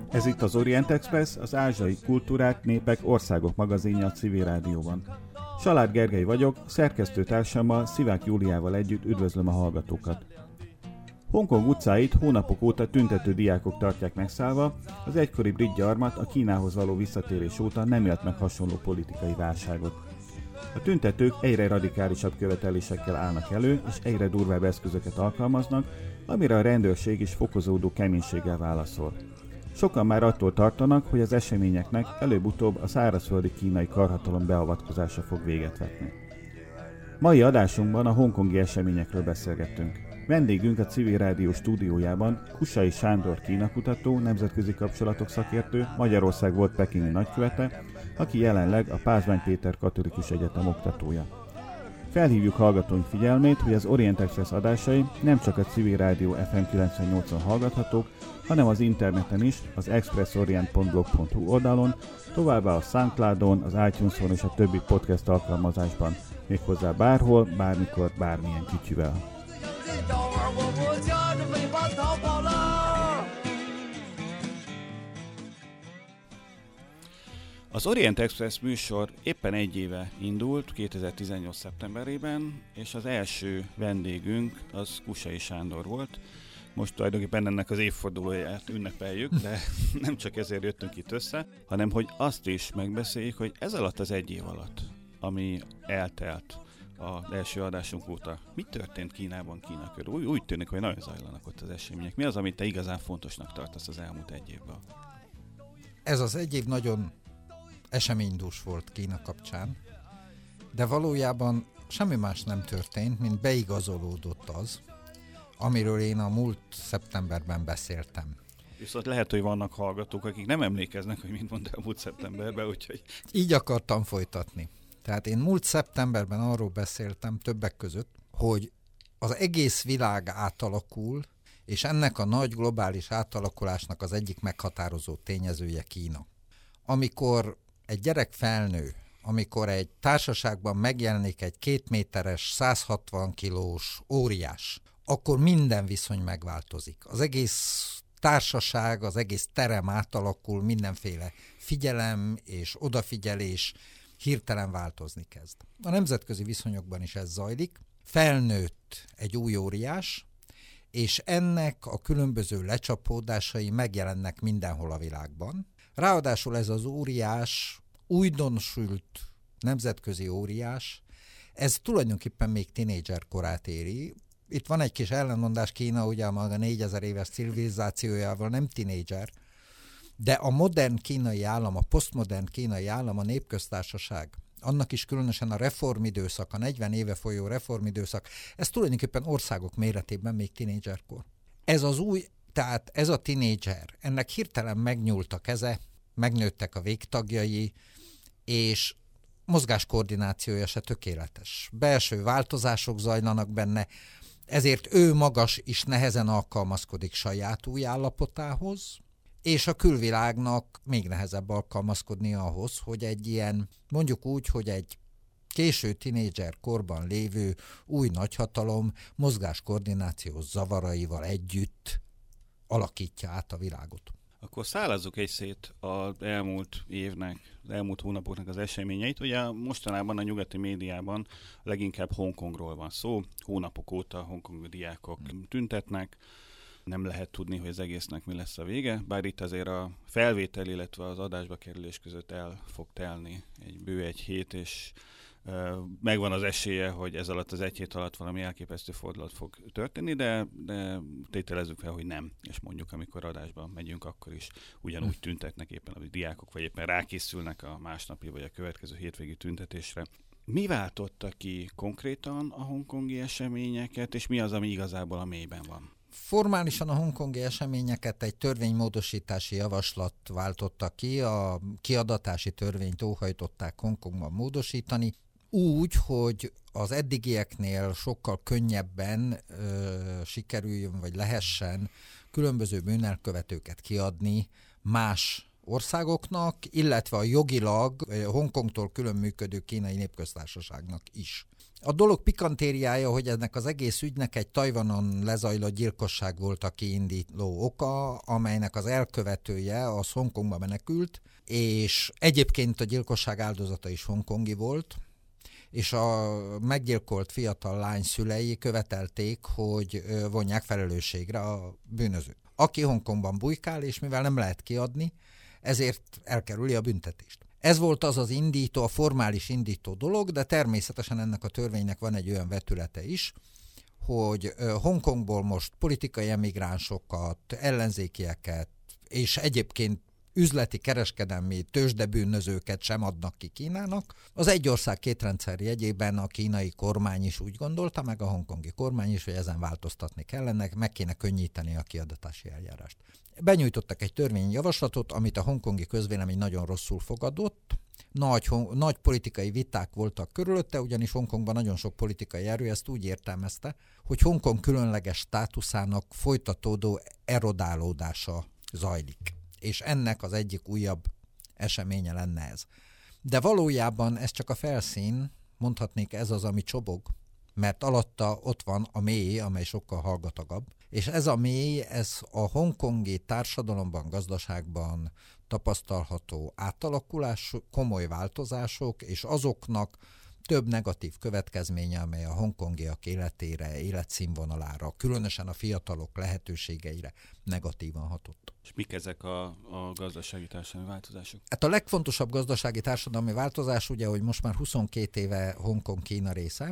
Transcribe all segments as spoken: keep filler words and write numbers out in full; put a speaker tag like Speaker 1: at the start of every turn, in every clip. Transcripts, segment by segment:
Speaker 1: Ez itt az Orient Express, az ázsiai kultúrák, népek, országok magazinja a Civil Rádióban. Salád Gergely vagyok, szerkesztőtársammal, Szivák Júliával együtt üdvözlöm a hallgatókat. Hongkong utcáit hónapok óta tüntető diákok tartják megszállva, az egykori brit gyarmat a Kínához való visszatérés óta nem élt meg hasonló politikai válságot. A tüntetők egyre radikálisabb követelésekkel állnak elő, és egyre durvább eszközöket alkalmaznak, amire a rendőrség is fokozódó keménységgel válaszol. Sokan már attól tartanak, hogy az eseményeknek előbb-utóbb a szárazföldi kínai karhatalom beavatkozása fog véget vetni. Mai adásunkban a hongkongi eseményekről beszélgettünk. Vendégünk a Civil Rádió stúdiójában Kusai Sándor kínakutató, nemzetközi kapcsolatok szakértő, Magyarország volt pekingi nagykövete, aki jelenleg a Pázmány Péter Katolikus Egyetem oktatója. Felhívjuk hallgatóink figyelmét, hogy az Orient Express adásai nem csak a Civil Rádió ef em kilencvennyolcon hallgathatók, hanem az interneten is, az expressorient pont blog pont hu oldalon, továbbá a Soundcloudon, az iTunes-on és a többi podcast alkalmazásban, méghozzá bárhol, bármikor, bármilyen kütyüvel. Az Orient Express műsor éppen egy éve indult, kétezer-tizennyolc szeptemberében, és az első vendégünk az Kusai Sándor volt. Most tulajdonképpen ennek az évfordulóját ünnepeljük, de nem csak ezért jöttünk itt össze, hanem hogy azt is megbeszéljük, hogy ez alatt az egy év alatt, ami eltelt az első adásunk óta, mi történt Kínában, Kína körül? Úgy, úgy tűnik, hogy nagyon zajlanak ott az események. Mi az, amit te igazán fontosnak tartasz az elmúlt egy évben?
Speaker 2: Ez az egy év nagyon eseménydús volt Kína kapcsán, de valójában semmi más nem történt, mint beigazolódott az, amiről én a múlt szeptemberben beszéltem.
Speaker 1: Viszont lehet, hogy vannak hallgatók, akik nem emlékeznek, hogy mit mondtál múlt szeptemberben, úgyhogy...
Speaker 2: Így akartam folytatni. Tehát én múlt szeptemberben arról beszéltem többek között, hogy az egész világ átalakul, és ennek a nagy globális átalakulásnak az egyik meghatározó tényezője Kína. Amikor egy gyerek felnő, amikor egy társaságban megjelenik egy két méteres, száz hatvan kilós óriás, akkor minden viszony megváltozik. Az egész társaság, az egész terem átalakul, mindenféle figyelem és odafigyelés hirtelen változni kezd. A nemzetközi viszonyokban is ez zajlik. Felnőtt egy új óriás, és ennek a különböző lecsapódásai megjelennek mindenhol a világban. Ráadásul ez az óriás, újdonsült nemzetközi óriás, ez tulajdonképpen még tinédzser korát éri. Itt van egy kis ellenmondás, Kína ugye a maga négyezer éves civilizációjával nem tinédzser, de a modern kínai állam, a posztmodern kínai állam, a népköztársaság, annak is különösen a reformidőszak, a negyven éve folyó reformidőszak, ez tulajdonképpen országok méretében még tinédzserkor. Ez az új, tehát ez a tinédzser, ennek hirtelen megnyúlt a keze, megnőttek a végtagjai, és mozgáskoordinációja se tökéletes. Belső változások zajlanak benne, ezért ő magas is nehezen alkalmazkodik saját új állapotához, és a külvilágnak még nehezebb alkalmazkodni ahhoz, hogy egy ilyen, mondjuk úgy, hogy egy késő tinédzser korban lévő új nagyhatalom mozgáskoordinációs zavaraival együtt alakítja át a világot.
Speaker 1: Akkor szállazzuk egy szét az elmúlt évnek, az elmúlt hónapoknak az eseményeit. Ugye mostanában a nyugati médiában leginkább Hongkongról van szó. Hónapok óta hongkongi diákok tüntetnek. Nem lehet tudni, hogy az egésznek mi lesz a vége, bár itt azért a felvétel, illetve az adásba kerülés között el fog telni egy bő egy hét, és uh, megvan az esélye, hogy ez alatt az egy hét alatt valami elképesztő fordulat fog történni, de, de tételezzük fel, hogy nem, és mondjuk amikor adásba megyünk, akkor is ugyanúgy tüntetnek éppen a diákok, vagy éppen rákészülnek a másnapi vagy a következő hétvégi tüntetésre. Mi váltotta ki konkrétan a hongkongi eseményeket, és mi az, ami igazából a mélyben van?
Speaker 2: Formálisan a hongkongi eseményeket egy törvénymódosítási javaslat váltotta ki, a kiadatási törvényt óhajtották Hongkongban módosítani, úgy, hogy az eddigieknél sokkal könnyebben ö, sikerüljön, vagy lehessen különböző bűnelkövetőket kiadni más országoknak, illetve a jogilag Hongkongtól külön működő Kínai Népköztársaságnak is. A dolog pikantériája, hogy ennek az egész ügynek egy Tajvanon lezajlott gyilkosság volt a kiindító oka, amelynek az elkövetője az Hongkongba menekült, és egyébként a gyilkosság áldozata is hongkongi volt, és a meggyilkolt fiatal lány szülei követelték, hogy vonják felelősségre a bűnözőt. Aki Hongkongban bujkál, és mivel nem lehet kiadni, ezért elkerüli a büntetést. Ez volt az az indító, a formális indító dolog, de természetesen ennek a törvénynek van egy olyan vetülete is, hogy Hongkongból most politikai emigránsokat, ellenzékieket, és egyébként üzleti, kereskedelmi tőzsdebűnözőket sem adnak ki Kínának. Az egy ország két rendszer jegyében a kínai kormány is úgy gondolta, meg a hongkongi kormány is, hogy ezen változtatni kellene, meg kéne könnyíteni a kiadatási eljárást. Benyújtottak egy törvényjavaslatot, amit a hongkongi közvélemény nagyon rosszul fogadott. Nagy, nagy politikai viták voltak körülötte, ugyanis Hongkongban nagyon sok politikai erő ezt úgy értelmezte, hogy Hongkong különleges státuszának folytatódó erodálódása zajlik. És ennek az egyik újabb eseménye lenne ez. De valójában ez csak a felszín, mondhatnék ez az, ami csobog, mert alatta ott van a mély, amely sokkal hallgatagabb, és ez a mély, ez a hongkongi társadalomban, gazdaságban tapasztalható átalakulás, komoly változások, és azoknak több negatív következménye, amely a hongkongiak életére, életszínvonalára, különösen a fiatalok lehetőségeire negatívan hatott.
Speaker 1: És mik ezek a, a gazdasági társadalmi változások?
Speaker 2: Hát a legfontosabb gazdasági társadalmi változás ugye, hogy most már huszonkét éve Hongkong Kína része.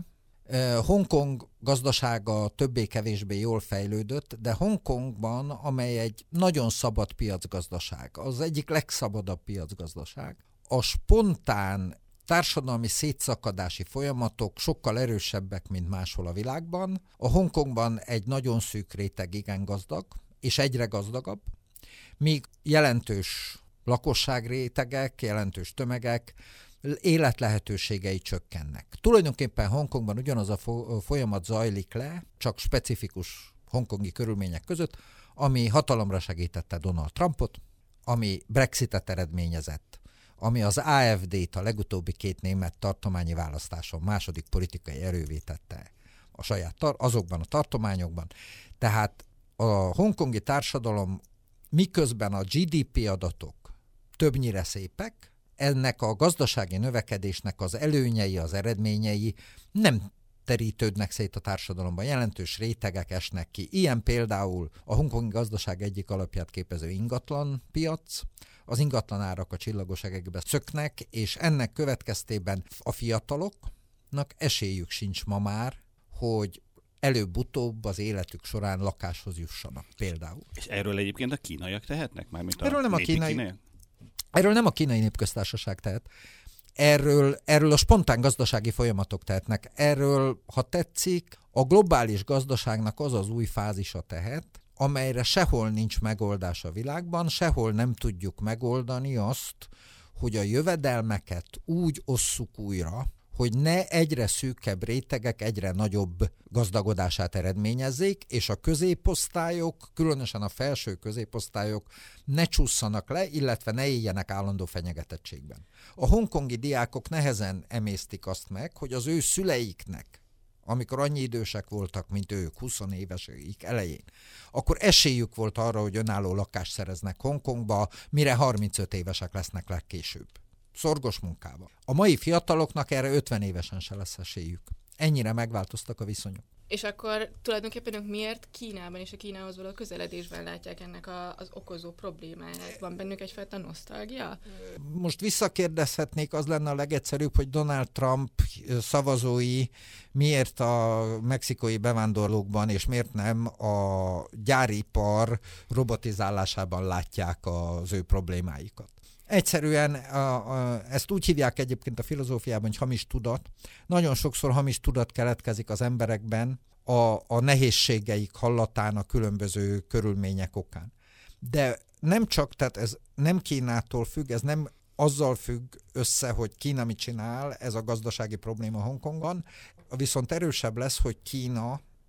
Speaker 2: Hongkong gazdasága többé-kevésbé jól fejlődött, de Hongkongban, amely egy nagyon szabad piacgazdaság, az egyik legszabadabb piacgazdaság, a spontán társadalmi szétszakadási folyamatok sokkal erősebbek, mint máshol a világban. A Hongkongban egy nagyon szűk réteg igen gazdag, és egyre gazdagabb, míg jelentős lakosságrétegek, jelentős tömegek életlehetőségei csökkennek. Tulajdonképpen Hongkongban ugyanaz a folyamat zajlik le, csak specifikus hongkongi körülmények között, ami hatalomra segítette Donald Trumpot, ami Brexitet eredményezett, ami az á ef dét a legutóbbi két német tartományi választáson második politikai erővé tette a saját tar- azokban a tartományokban. Tehát a hongkongi társadalom miközben a gé dé pé adatok többnyire szépek, ennek a gazdasági növekedésnek az előnyei, az eredményei nem terítődnek szét a társadalomban, jelentős rétegek esnek ki. Ilyen például a hongkongi gazdaság egyik alapját képező ingatlan piac, az ingatlan árak a csillagos egekbe szöknek, és ennek következtében a fiataloknak esélyük sincs ma már, hogy előbb-utóbb az életük során lakáshoz jussanak például.
Speaker 1: És erről egyébként a kínaiak tehetnek? Mármint a
Speaker 2: erről nem a kínai,
Speaker 1: kínaiak?
Speaker 2: Erről nem a kínai népköztársaság tehet. Erről, erről a spontán gazdasági folyamatok tehetnek. Erről, ha tetszik, a globális gazdaságnak az az új fázisa tehet, amelyre sehol nincs megoldás a világban, sehol nem tudjuk megoldani azt, hogy a jövedelmeket úgy osszuk újra, hogy ne egyre szűkebb rétegek egyre nagyobb gazdagodását eredményezzék, és a középosztályok, különösen a felső középosztályok ne csúszanak le, illetve ne éljenek állandó fenyegetettségben. A hongkongi diákok nehezen emésztik azt meg, hogy az ő szüleiknek, amikor annyi idősek voltak, mint ők, húsz éveseik elején, akkor esélyük volt arra, hogy önálló lakást szereznek Hongkongba, mire harmincöt évesek lesznek legkésőbb. Szorgos munkával. A mai fiataloknak erre ötven évesen se lesz esélyük. Ennyire megváltoztak a viszonyok.
Speaker 3: És akkor tulajdonképpen ők miért Kínában és a Kínához való közeledésben látják ennek a, az okozó problémáját? Van bennük egyfajta nosztalgia?
Speaker 2: Most visszakérdezhetnék, az lenne a legegyszerűbb, hogy Donald Trump szavazói miért a mexikói bevándorlókban, és miért nem a gyáripar robotizálásában látják az ő problémáikat. Egyszerűen a, a, ezt úgy hívják egyébként a filozófiában, hogy hamis tudat. Nagyon sokszor hamis tudat keletkezik az emberekben a, a nehézségeik hallatán, a különböző körülmények okán. De nem csak, tehát ez nem Kínától függ, ez nem azzal függ össze, hogy Kína mit csinál, ez a gazdasági probléma Hongkongban, viszont erősebb lesz, hogy Kína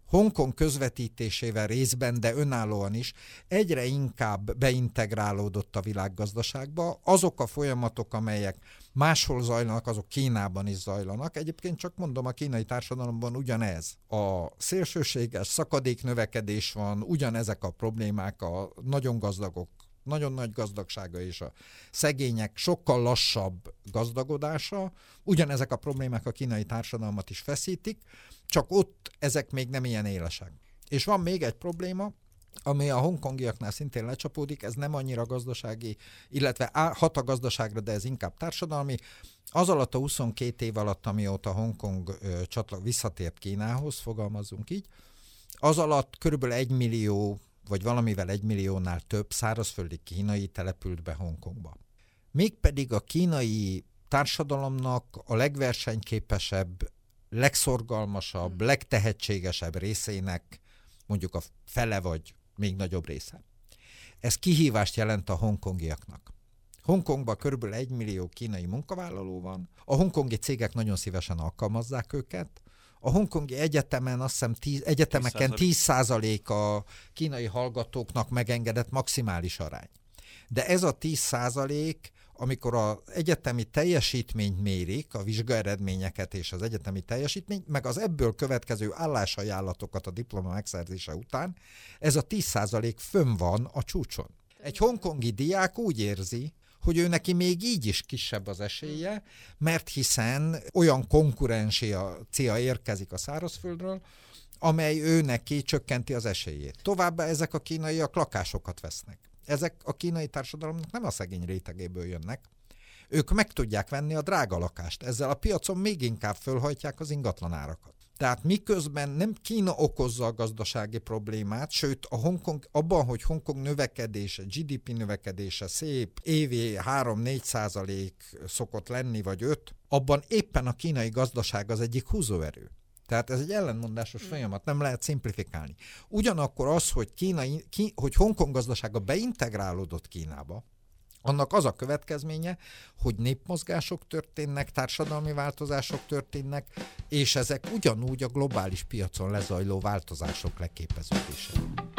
Speaker 2: Hongkong közvetítésével részben, de önállóan is egyre inkább beintegrálódott a világgazdaságba. Azok a folyamatok, amelyek máshol zajlanak, azok Kínában is zajlanak. Egyébként csak mondom, a kínai társadalomban ugyanez. A szélsőséges szakadéknövekedés van, ugyanezek a problémák, a nagyon gazdagok, nagyon nagy gazdagsága és a szegények sokkal lassabb gazdagodása. Ugyanezek a problémák a kínai társadalmat is feszítik, csak ott ezek még nem ilyen élesek. És van még egy probléma, ami a hongkongiaknál szintén lecsapódik, ez nem annyira gazdasági, illetve hat a gazdaságra, de ez inkább társadalmi. Az alatt a huszonkét év alatt, amióta Hongkong ö, csatlak visszatért Kínához, fogalmazzunk így, az alatt körülbelül egy millió, vagy valamivel egy milliónál több szárazföldi kínai települt be Hongkongba. Mégpedig a kínai társadalomnak a legversenyképesebb, legszorgalmasabb, legtehetségesebb részének mondjuk a fele vagy még nagyobb része. Ez kihívást jelent a hongkongiaknak. Hongkongban körülbelül egy millió kínai munkavállaló van, a hongkongi cégek nagyon szívesen alkalmazzák őket, a hongkongi egyetemen, azt hiszem tíz, egyetemeken tíz százalék a kínai hallgatóknak megengedett maximális arány. De ez a tíz százalék, amikor az egyetemi teljesítményt mérik, a vizsgaeredményeket és az egyetemi teljesítményt, meg az ebből következő állásajánlatokat a diploma megszerzése után, ez a tíz százalék fönn van a csúcson. Egy hongkongi diák úgy érzi, hogy ő neki még így is kisebb az esélye, mert hiszen olyan konkurencia érkezik a szárazföldről, amely ő neki csökkenti az esélyét. Továbbá ezek a kínaiak lakásokat vesznek. Ezek a kínai társadalomnak nem a szegény rétegéből jönnek. Ők meg tudják venni a drága lakást. Ezzel a piacon még inkább fölhajtják az ingatlanárakat. Tehát miközben nem Kína okozza a gazdasági problémát, sőt a Hongkong, abban, hogy Hongkong növekedése, gé dé pé növekedése szép, évi három-négy százalék szokott lenni, vagy öt, abban éppen a kínai gazdaság az egyik húzóerő. Tehát ez egy ellentmondásos folyamat, nem lehet szimplifikálni. Ugyanakkor az, hogy, Kína, ki, hogy Hongkong gazdasága beintegrálódott Kínába, annak az a következménye, hogy népmozgások történnek, társadalmi változások történnek, és ezek ugyanúgy a globális piacon lezajló változások leképeződése.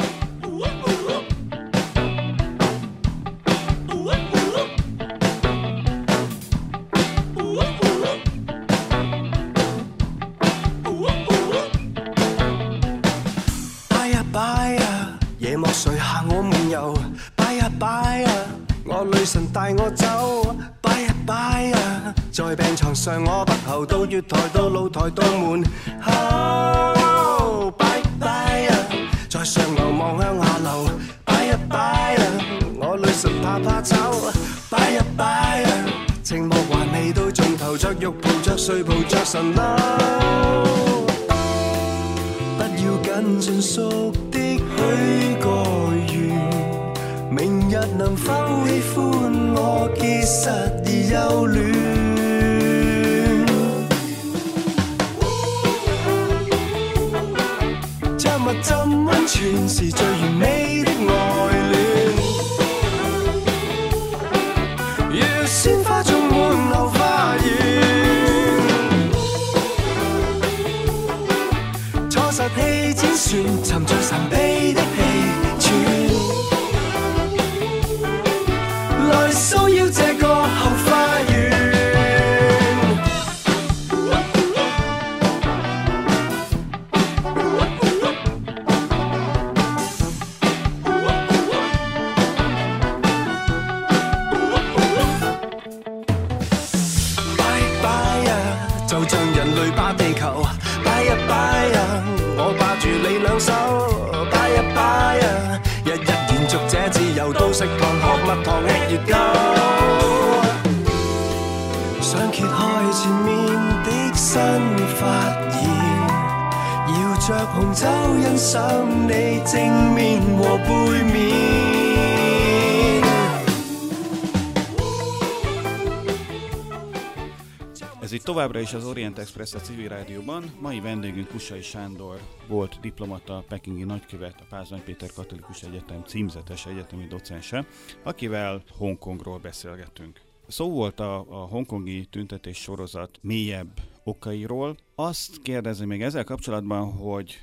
Speaker 1: Ez itt továbbra is az Orient Express a Civil Rádióban. Mai vendégünk Kussai Sándor volt diplomata, pekingi nagykövet, a Pázmány Péter Katolikus Egyetem címzetes egyetemi docense, akivel Hongkongról beszélgetünk. Szó volt a, a hongkongi tüntetés sorozat mélyebb okairól. Azt kérdezi még ezzel kapcsolatban, hogy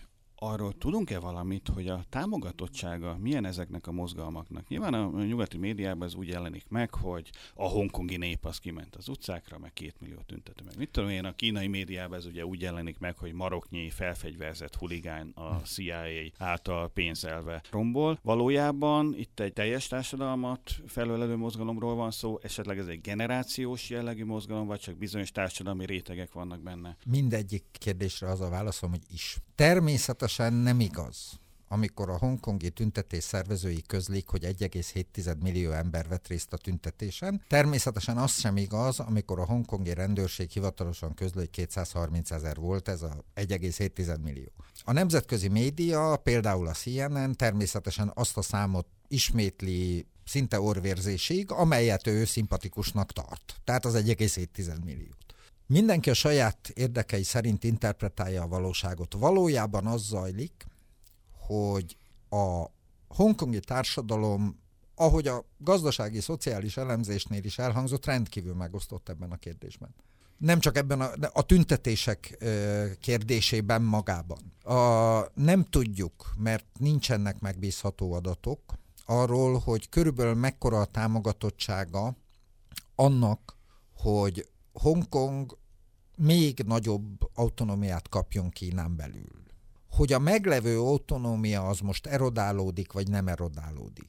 Speaker 1: Arról tudunk-e valamit, hogy a támogatottsága milyen ezeknek a mozgalmaknak? Nyilván a nyugati médiában ez úgy jelenik meg, hogy a hongkongi nép az kiment az utcákra, meg két millió tüntető meg. Mit tudom én, a kínai médiában ez ugye úgy jelenik meg, hogy maroknyi felfegyverzett huligán a C I A által pénzelve rombol. Valójában itt egy teljes társadalmat felölelő mozgalomról van szó, esetleg ez egy generációs jellegű mozgalom, vagy csak bizonyos társadalmi rétegek vannak benne?
Speaker 2: Mindegyik kérdésre az a válaszom, hogy is. Természetesen nem igaz, amikor a hongkongi tüntetés szervezői közlik, hogy egy egész hét millió ember vett részt a tüntetésen. Természetesen az sem igaz, amikor a hongkongi rendőrség hivatalosan közli, hogy kétszázharminc ezer volt, ez a egy egész hét millió. A nemzetközi média, például a C N N természetesen azt a számot ismétli szinte orvérzésig, amelyet ő szimpatikusnak tart. Tehát az egy egész hét millió. Mindenki a saját érdekei szerint interpretálja a valóságot. Valójában az zajlik, hogy a hongkongi társadalom, ahogy a gazdasági, szociális elemzésnél is elhangzott, rendkívül megosztott ebben a kérdésben. Nem csak ebben a, a tüntetések kérdésében magában. A, nem tudjuk, mert nincsenek megbízható adatok arról, hogy körülbelül mekkora a támogatottsága annak, hogy Hongkong még nagyobb autonómiát kapjon Kínán belül. Hogy a meglevő autonómia az most erodálódik, vagy nem erodálódik.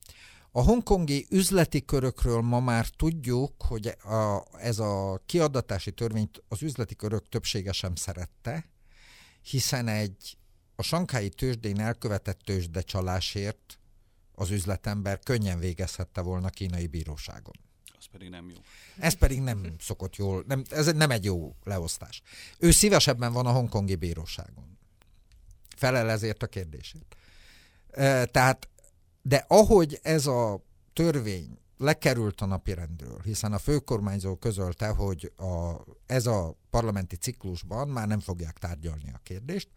Speaker 2: A hongkongi üzleti körökről ma már tudjuk, hogy a, ez a kiadatási törvényt az üzleti körök többsége sem szerette, hiszen egy a sanghái tőzsdén elkövetett tőzsdecsalásért az üzletember könnyen végezhette volna kínai bíróságon.
Speaker 1: Az pedig nem jó.
Speaker 2: Ez pedig nem szokott jól, nem, ez nem egy jó leosztás. Ő szívesebben van a hongkongi bíróságon. Felel ezért a kérdésért. E, tehát, de ahogy ez a törvény lekerült a napirendről, hiszen a főkormányzó közölte, hogy a, ez a parlamenti ciklusban már nem fogják tárgyalni a kérdést,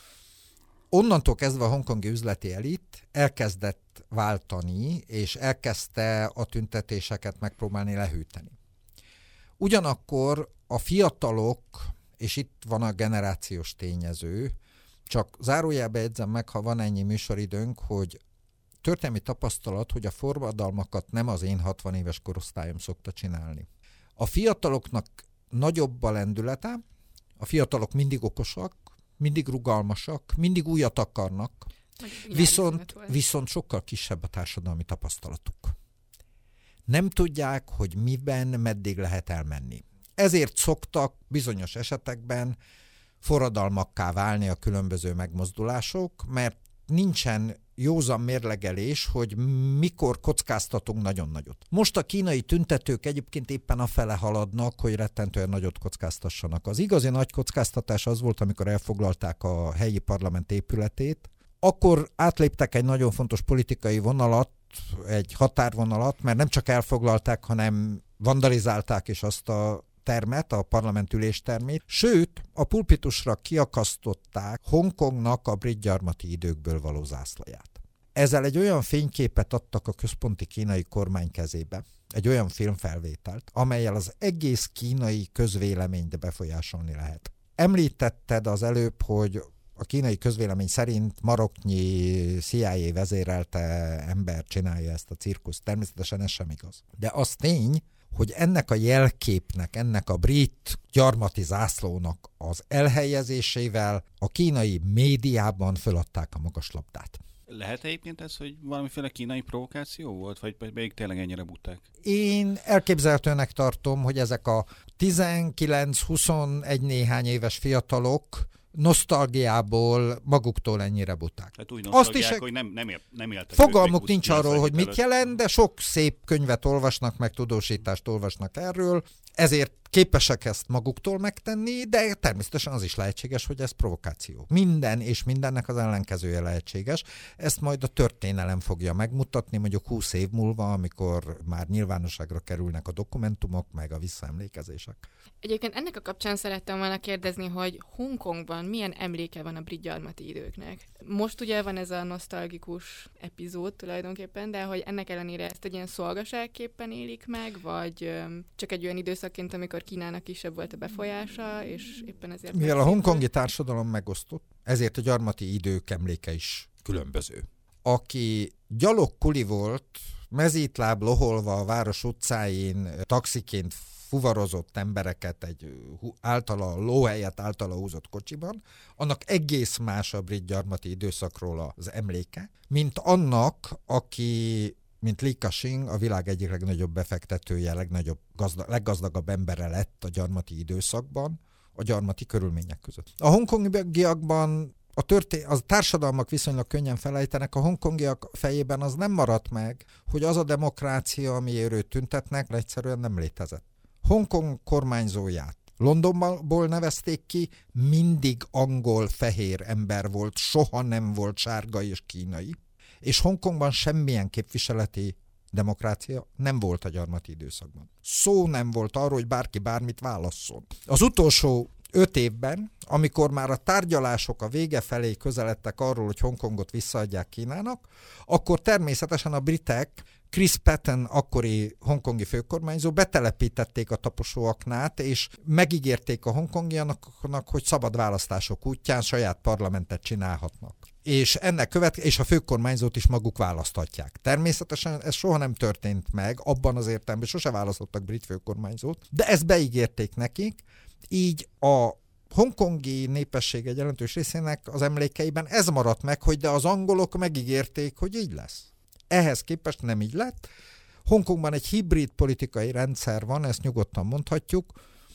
Speaker 2: onnantól kezdve a hongkongi üzleti elit elkezdett váltani, és elkezdte a tüntetéseket megpróbálni lehűteni. Ugyanakkor a fiatalok, és itt van a generációs tényező, csak zárójelbe jegyzem meg, ha van ennyi műsoridőnk, hogy történelmi tapasztalat, hogy a forradalmakat nem az én hatvan éves korosztályom szokta csinálni. A fiataloknak nagyobb a lendülete, a fiatalok mindig okosak, mindig rugalmasak, mindig újat akarnak, viszont, viszont sokkal kisebb a társadalmi tapasztalatuk. Nem tudják, hogy miben, meddig lehet elmenni. Ezért szoktak bizonyos esetekben forradalmakká válni a különböző megmozdulások, mert nincsen józan mérlegelés, hogy mikor kockáztatunk nagyon nagyot. Most a kínai tüntetők egyébként éppen afele haladnak, hogy rettentően nagyot kockáztassanak. Az igazi nagy kockáztatás az volt, amikor elfoglalták a helyi parlament épületét. Akkor átléptek egy nagyon fontos politikai vonalat, egy határvonalat, mert nem csak elfoglalták, hanem vandalizálták is azt a termet, a parlament üléstermét, sőt, a pulpitusra kiakasztották Hongkongnak a brit gyarmati időkből való zászlaját. Ezzel egy olyan fényképet adtak a központi kínai kormány kezébe, egy olyan filmfelvételt, amellyel az egész kínai közvéleményt befolyásolni lehet. Említetted az előbb, hogy a kínai közvélemény szerint maroknyi C I A vezérelte ember csinálja ezt a cirkuszt. Természetesen ez sem igaz. De az tény, hogy ennek a jelképnek, ennek a brit gyarmati zászlónak az elhelyezésével a kínai médiában föladták a magaslabdát.
Speaker 1: Lehet egyébként ez, hogy valamiféle kínai provokáció volt, vagy még tényleg ennyire buták?
Speaker 2: Én elképzelhetőnek tartom, hogy ezek a tizenkilenc-huszonegy néhány éves fiatalok nosztalgiából maguktól ennyire buták.
Speaker 1: Hát úgy nosztalgiák,
Speaker 2: is,
Speaker 1: hogy nem, nem, él, nem éltek.
Speaker 2: Fogalmuk nincs arról, hogy mit jelent, de sok szép könyvet olvasnak, meg tudósítást olvasnak erről, ezért képesek ezt maguktól megtenni, de természetesen az is lehetséges, hogy ez provokáció. Minden és mindennek az ellenkezője lehetséges. Ezt majd a történelem fogja megmutatni, mondjuk húsz év múlva, amikor már nyilvánosságra kerülnek a dokumentumok, meg a visszaemlékezések.
Speaker 3: Egyébként ennek a kapcsán szerettem volna kérdezni, hogy Hongkongban milyen emléke van a brit gyarmati időknek. Most ugye van ez a nosztalgikus epizód tulajdonképpen, de hogy ennek ellenére ezt egy ilyen szolgaságképpen élik meg, vagy öm, csak egy olyan időszakként, amikor amikor Kínának kisebb volt a befolyása, és éppen ezért...
Speaker 2: Mivel a hongkongi társadalom megosztott, ezért a gyarmati idők emléke is különböző. Aki gyalogkuli volt, mezítláb loholva a város utcáin, taxiként fuvarozott embereket egy általa, lóhelyet általa húzott kocsiban, annak egész más a brit gyarmati időszakról az emléke, mint annak, aki, mint Li Ka-shing, a világ egyik legnagyobb befektetője, legnagyobb, gazda, leggazdagabb embere lett a gyarmati időszakban, a gyarmati körülmények között. A hongkongiakban a, történ- a társadalmak viszonylag könnyen felejtenek, a hongkongiak fejében az nem maradt meg, hogy az a demokrácia, amiért őt tüntetnek, egyszerűen nem létezett. Hongkong kormányzóját Londonból nevezték ki, mindig angol fehér ember volt, soha nem volt sárga és kínai, és Hongkongban semmilyen képviseleti demokrácia nem volt a gyarmati időszakban. Szó nem volt arról, hogy bárki bármit válasszon. Az utolsó öt évben, amikor már a tárgyalások a vége felé közeledtek arról, hogy Hongkongot visszaadják Kínának, akkor természetesen a britek Chris Patten, akkori hongkongi főkormányzó, betelepítették a taposóaknát, és megígérték a hongkongiaknak, hogy szabad választások útján saját parlamentet csinálhatnak. És ennek követ, és a főkormányzót is maguk választhatják. Természetesen ez soha nem történt meg, abban az értelemben sose választottak brit főkormányzót, de ezt beígérték nekik, így a hongkongi népesség egy jelentős részének az emlékeiben ez maradt meg, hogy de az angolok megígérték, hogy így lesz. Ehhez képest nem így lett. Hongkongban egy hibrid politikai rendszer van, ezt nyugodtan mondhatjuk.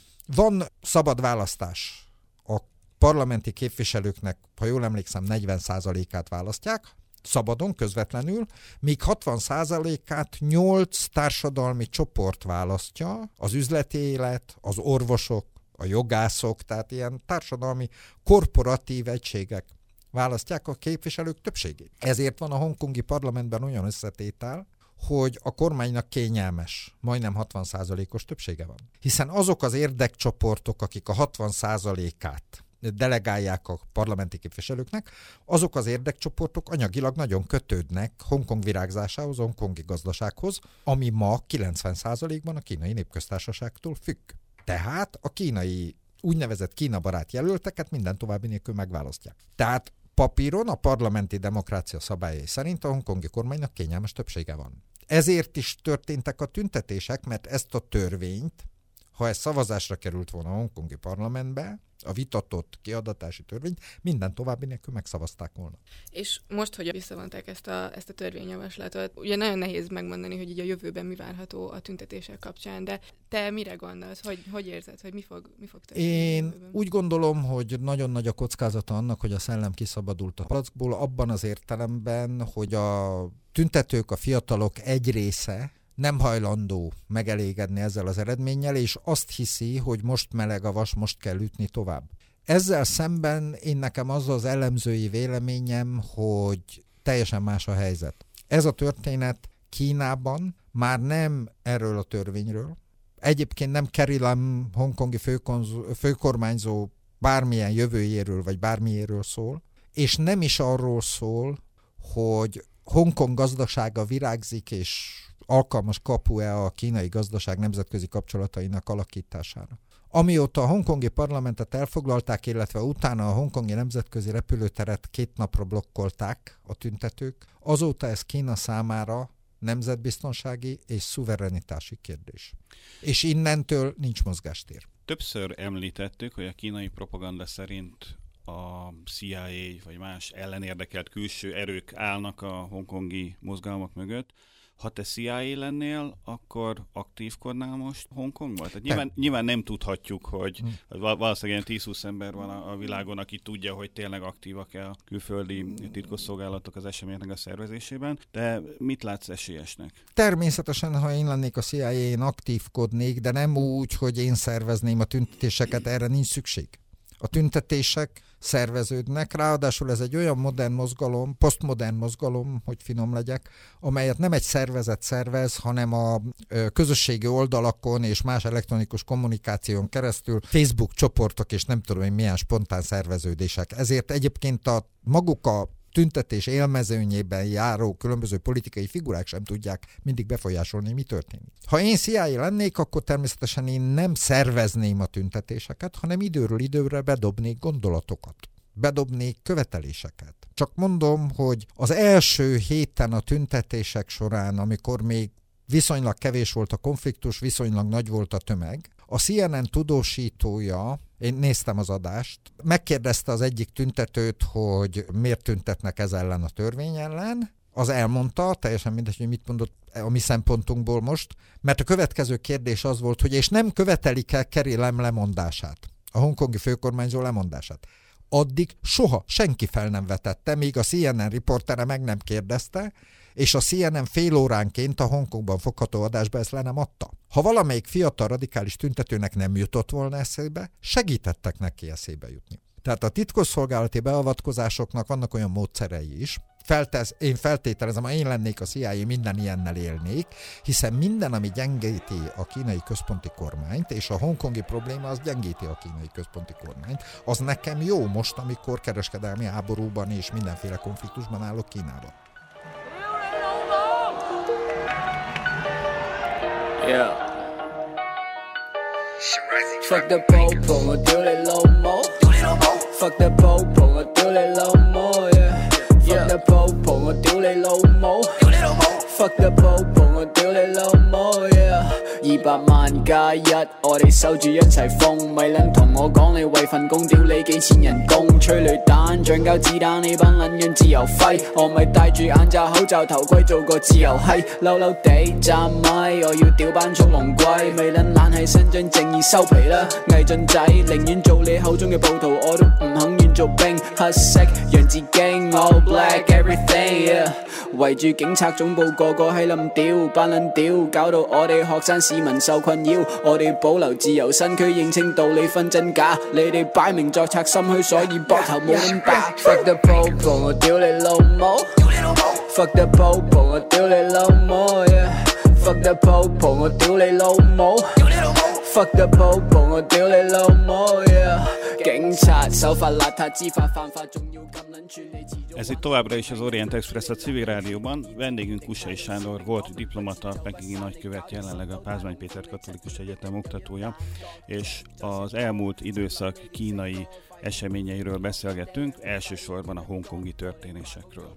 Speaker 2: Van szabad választás. A parlamenti képviselőknek, ha jól emlékszem, negyven százalékát választják, szabadon, közvetlenül, míg hatvan százalékát nyolc társadalmi csoport választja, az üzleti élet, az orvosok, a jogászok, tehát ilyen társadalmi korporatív egységek választják a képviselők többségét. Ezért van a hongkongi parlamentben olyan összetétel, hogy a kormánynak kényelmes, majdnem hatvan százalékos többsége van. Hiszen azok az érdekcsoportok, akik a hatvan százalékát delegálják a parlamenti képviselőknek, azok az érdekcsoportok anyagilag nagyon kötődnek Hongkong virágzásához, a hongkongi gazdasághoz, ami ma kilencven százalékban a kínai népköztársaságtól függ. Tehát a kínai úgynevezett Kína-barát jelölteket minden további nélkül megválasztják. Tehát papíron a parlamenti demokrácia szabályai szerint a hongkongi kormánynak kényelmes többsége van. Ezért is történtek a tüntetések, mert ezt a törvényt, ha ez szavazásra került volna a hongkongi parlamentbe, a vitatott kiadatási törvényt, minden további nélkül megszavazták volna.
Speaker 3: És most, hogy visszavonták ezt a, ezt a törvényjavaslatot, ugye nagyon nehéz megmondani, hogy így a jövőben mi várható a tüntetések kapcsán, de te mire gondolsz? Hogy, hogy érzed, hogy mi fog, mi fog történni?
Speaker 2: Én úgy gondolom, hogy nagyon nagy a kockázata annak, hogy a szellem kiszabadult a palackból, abban az értelemben, hogy a tüntetők, a fiatalok egy része nem hajlandó megelégedni ezzel az eredménnyel, és azt hiszi, hogy most meleg a vas, most kell ütni tovább. Ezzel szemben én nekem az az elemzői véleményem, hogy teljesen más a helyzet. Ez a történet Kínában már nem erről a törvényről. Egyébként nem Carrie Lam hongkongi főkonz- főkormányzó bármilyen jövőjéről, vagy bármiéről szól, és nem is arról szól, hogy Hongkong gazdasága virágzik, és alkalmas kapu-e a kínai gazdaság nemzetközi kapcsolatainak alakítására. Amióta a hongkongi parlamentet elfoglalták, illetve utána a hongkongi nemzetközi repülőteret két napra blokkolták a tüntetők, azóta ez Kína számára nemzetbiztonsági és szuverenitási kérdés. És innentől nincs mozgástér.
Speaker 4: Többször említettük, hogy a kínai propaganda szerint a C I A vagy más ellenérdekelt külső erők állnak a hongkongi mozgalmak mögött. Ha te C I A lennél, akkor aktívkodnál most Hongkongban? Tehát nyilván, nyilván nem tudhatjuk, hogy hmm. valószínűleg tíz-húsz ember van a, a világon, aki tudja, hogy tényleg aktívak-e a külföldi titkosszolgálatok az eseményeknek a szervezésében, de mit látsz esélyesnek?
Speaker 2: Természetesen, ha én lennék a C I A, én aktívkodnék, de nem úgy, hogy én szervezném a tüntetéseket, erre nincs szükség. A tüntetések szerveződnek, ráadásul ez egy olyan modern mozgalom, posztmodern mozgalom, hogy finom legyek, amelyet nem egy szervezet szervez, hanem a közösségi oldalakon és más elektronikus kommunikáción keresztül Facebook csoportok és nem tudom én milyen spontán szerveződések. Ezért egyébként a maguk a tüntetés élmezőnyében járó különböző politikai figurák sem tudják mindig befolyásolni, mi történik. Ha én C I A lennék, akkor természetesen én nem szervezném a tüntetéseket, hanem időről időre bedobnék gondolatokat. Bedobnék követeléseket. Csak mondom, hogy az első héten a tüntetések során, amikor még viszonylag kevés volt a konfliktus, viszonylag nagy volt a tömeg, a C N N tudósítója, én néztem az adást, megkérdezte az egyik tüntetőt, hogy miért tüntetnek ez ellen a törvény ellen. Az elmondta, teljesen mindegy, hogy mit mondott a mi szempontunkból most, mert a következő kérdés az volt, hogy és nem követelik el Carrie Lam lemondását, a hongkongi főkormányzó lemondását. Addig soha senki fel nem vetette, míg a C N N riportere meg nem kérdezte, és a C N N fél óránként a Hongkongban fogható adásba ezt le nem adta. Ha valamelyik fiatal radikális tüntetőnek nem jutott volna eszébe, segítettek neki eszébe jutni. Tehát a titkosszolgálati beavatkozásoknak vannak olyan módszerei is. Feltesz, én feltételezem, ha én lennék a C I A, minden ilyennel élnék, hiszen minden, ami gyengíti a kínai központi kormányt, és a hongkongi probléma az gyengíti a kínai központi kormányt, az nekem jó most, amikor kereskedelmi háborúban és mindenféle konfliktusban állok Kínában.
Speaker 5: Yeah. Fuck the popo, I do it low mo. Fuck the popo, I do it low mo. Yeah. Fuck the popo, I do it low mo. Fuck the popo, I do it low mo. Yeah. 二百萬加一，我哋守住一齊瘋，咪撚同我講你為份工，屌你幾錢人工，催淚彈、橡膠子彈，你班撚樣自由揮，我咪戴住眼罩、口罩、頭盔做個自由閪，嬲嬲地站咪，我要屌班速龍龜，咪撚懶係伸張正義收皮啦，偽進仔，寧願做你口中嘅暴徒，我都唔肯願做兵，黑色洋紫荊 ，all black everything， yeah. 圍住警察總部個個係冧屌，班撚屌，搞到我哋學生市民受困擾，我哋保留自由身軀認清道理分真假，你哋擺明作賊心虛，所以膊頭冇咁大。Fuck the popo， 我屌你老母 ！Fuck the popo， 我屌你老母 ！Fuck the popo， 我屌你老母 ！Fuck the popo， 我屌你老母 ！Yeah。警察手法邋遢，知法犯法，仲要咁撚處理。
Speaker 4: Ez itt továbbra is az Orient Express a Civil Rádióban. Vendégünk Kussai Sándor volt diplomata, pekingi nagykövet, jelenleg a Pázmány Péter Katolikus Egyetem oktatója, és az elmúlt időszak kínai eseményeiről beszélgettünk, elsősorban a hongkongi történésekről.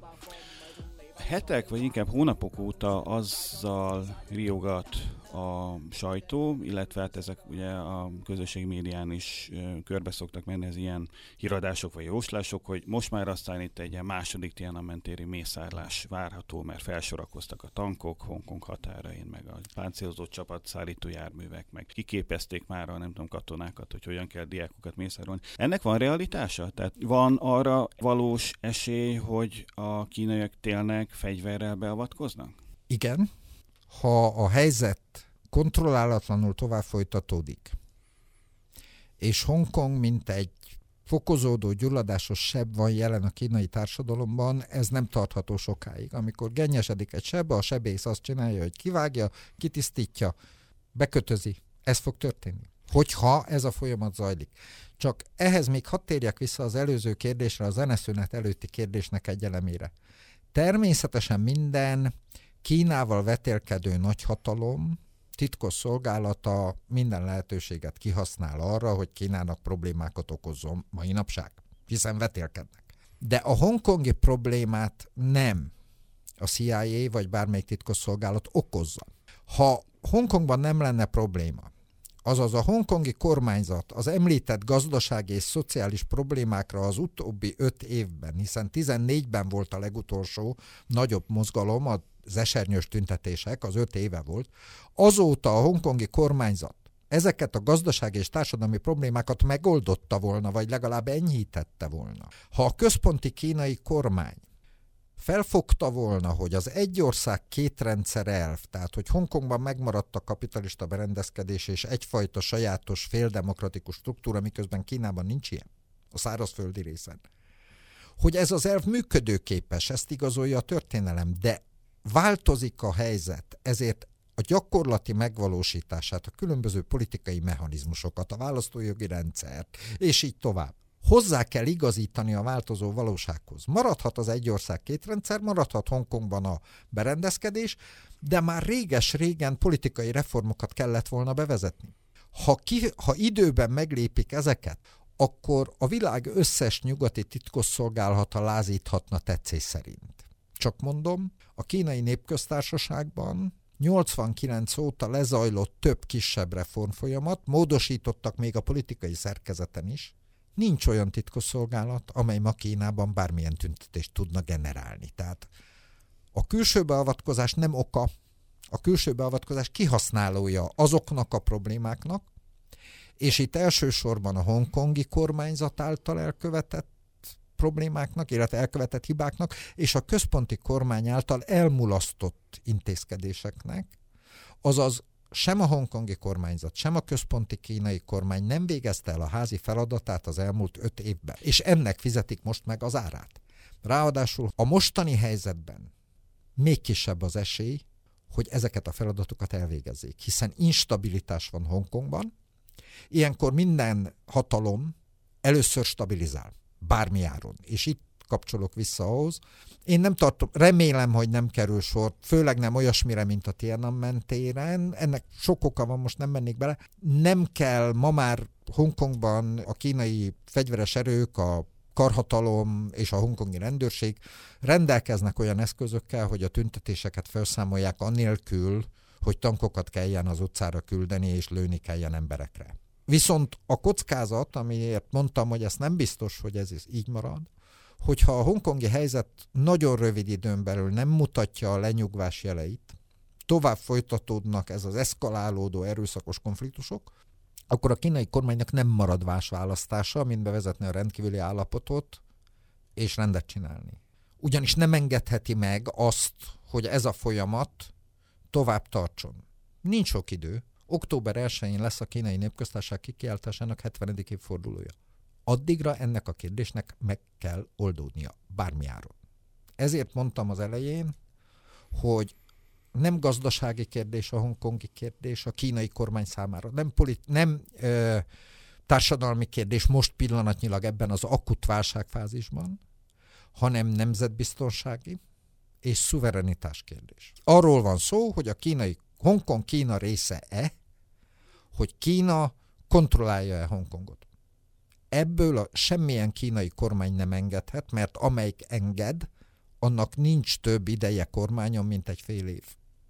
Speaker 4: Hetek, vagy inkább hónapok óta azzal riogat a sajtó, illetve hát ezek ugye a közösségi médián is e, körbe szoktak menni az ilyen híradások vagy jóslások, hogy most már aztán itt egy ilyen második Tiananmen téri mészárlás várható, mert felsorakoztak a tankok Hongkong határain, meg a páncélozott csapatszállító járművek, meg kiképezték már a nem tudom katonákat, hogy hogyan kell diákokat mészárolni. Ennek van realitása? Tehát van arra valós esély, hogy a kínaiak tényleg fegyverrel beavatkoznak?
Speaker 2: Igen. Ha a helyzet kontrollálatlanul tovább folytatódik, és Hongkong, mint egy fokozódó, gyulladásos seb van jelen a kínai társadalomban, ez nem tartható sokáig. Amikor gennyesedik egy seb, a sebész azt csinálja, hogy kivágja, kitisztítja, bekötözi. Ez fog történni. Hogyha ez a folyamat zajlik. Csak ehhez még hadd térjek vissza az előző kérdésre, a zeneszünet előtti kérdésnek egy elemére. Természetesen minden Kínával vetélkedő nagyhatalom titkos szolgálata minden lehetőséget kihasznál arra, hogy Kínának problémákat okozzon mai napság, hiszen vetélkednek. De a hongkongi problémát nem a C I A vagy bármelyik titkos szolgálat okozza. Ha Hongkongban nem lenne probléma, azaz a hongkongi kormányzat az említett gazdasági és szociális problémákra az utóbbi öt évben, hiszen tizennégyben volt a legutolsó nagyobb mozgalom, az esernyős tüntetések, az öt éve volt, azóta a hongkongi kormányzat ezeket a gazdasági és társadalmi problémákat megoldotta volna, vagy legalább enyhítette volna. Ha a központi kínai kormány felfogta volna, hogy az egy ország két rendszer elv, tehát hogy Hongkongban megmaradt a kapitalista berendezkedés és egyfajta sajátos féldemokratikus struktúra, miközben Kínában nincs ilyen, a szárazföldi részen. Hogy ez az elv működőképes, ezt igazolja a történelem, de változik a helyzet, ezért a gyakorlati megvalósítását, a különböző politikai mechanizmusokat, a választójogi rendszert, és így tovább. hozzá kell igazítani a változó valósághoz. Maradhat az egy ország két rendszer, maradhat Hongkongban a berendezkedés, de már réges-régen politikai reformokat kellett volna bevezetni. Ha, ki, ha időben meglépik ezeket, akkor a világ összes nyugati titkosszolgálata lázíthatna tetszés szerint. Csak mondom, a Kínai Népköztársaságban nyolcvankilenc óta lezajlott több kisebb reformfolyamat, módosítottak még a politikai szerkezeten is. Nincs olyan titkosszolgálat, amely ma Kínában bármilyen tüntetést tudna generálni. Tehát a külső beavatkozás nem oka, a külső beavatkozás kihasználója azoknak a problémáknak, és itt elsősorban a hongkongi kormányzat által elkövetett problémáknak, illetve elkövetett hibáknak, és a központi kormány által elmulasztott intézkedéseknek, azaz sem a hongkongi kormányzat, sem a központi kínai kormány nem végezte el a házi feladatát az elmúlt öt évben, és ennek fizetik most meg az árát. Ráadásul a mostani helyzetben még kisebb az esély, hogy ezeket a feladatokat elvégezzék, hiszen instabilitás van Hongkongban, ilyenkor minden hatalom először stabilizál, bármi áron. És itt kapcsolok vissza ahhoz. Én nem tartom, remélem, hogy nem kerül sor, főleg nem olyasmire, mint a Tiananmen téren. Ennek sok oka van, most nem mennék bele. Nem kell ma már Hongkongban a kínai fegyveres erők, a karhatalom és a hongkongi rendőrség rendelkeznek olyan eszközökkel, hogy a tüntetéseket felszámolják annélkül, hogy tankokat kelljen az utcára küldeni és lőni kelljen emberekre. Viszont a kockázat, amiért mondtam, hogy ez nem biztos, hogy ez így marad, hogyha a hongkongi helyzet nagyon rövid időn belül nem mutatja a lenyugvás jeleit, tovább folytatódnak ez az eszkalálódó erőszakos konfliktusok, akkor a kínai kormánynak nem marad más választása, mint bevezetni a rendkívüli állapotot és rendet csinálni. Ugyanis nem engedheti meg azt, hogy ez a folyamat tovább tartson. Nincs sok idő. október elsején lesz a Kínai Népköztársaság kikiáltásának hetvenedik évfordulója. Addigra ennek a kérdésnek meg kell oldódnia, bármi áron. Ezért mondtam az elején, hogy nem gazdasági kérdés a hongkongi kérdés a kínai kormány számára, nem, polit- nem ö, társadalmi kérdés most pillanatnyilag ebben az akut válságfázisban, hanem nemzetbiztonsági és szuverenitás kérdés. Arról van szó, hogy a kínai, Hongkong Kína része-e, hogy Kína kontrollálja-e Hongkongot. Ebből a semmilyen kínai kormány nem engedhet, mert amelyik enged, annak nincs több ideje kormányon, mint egy fél év.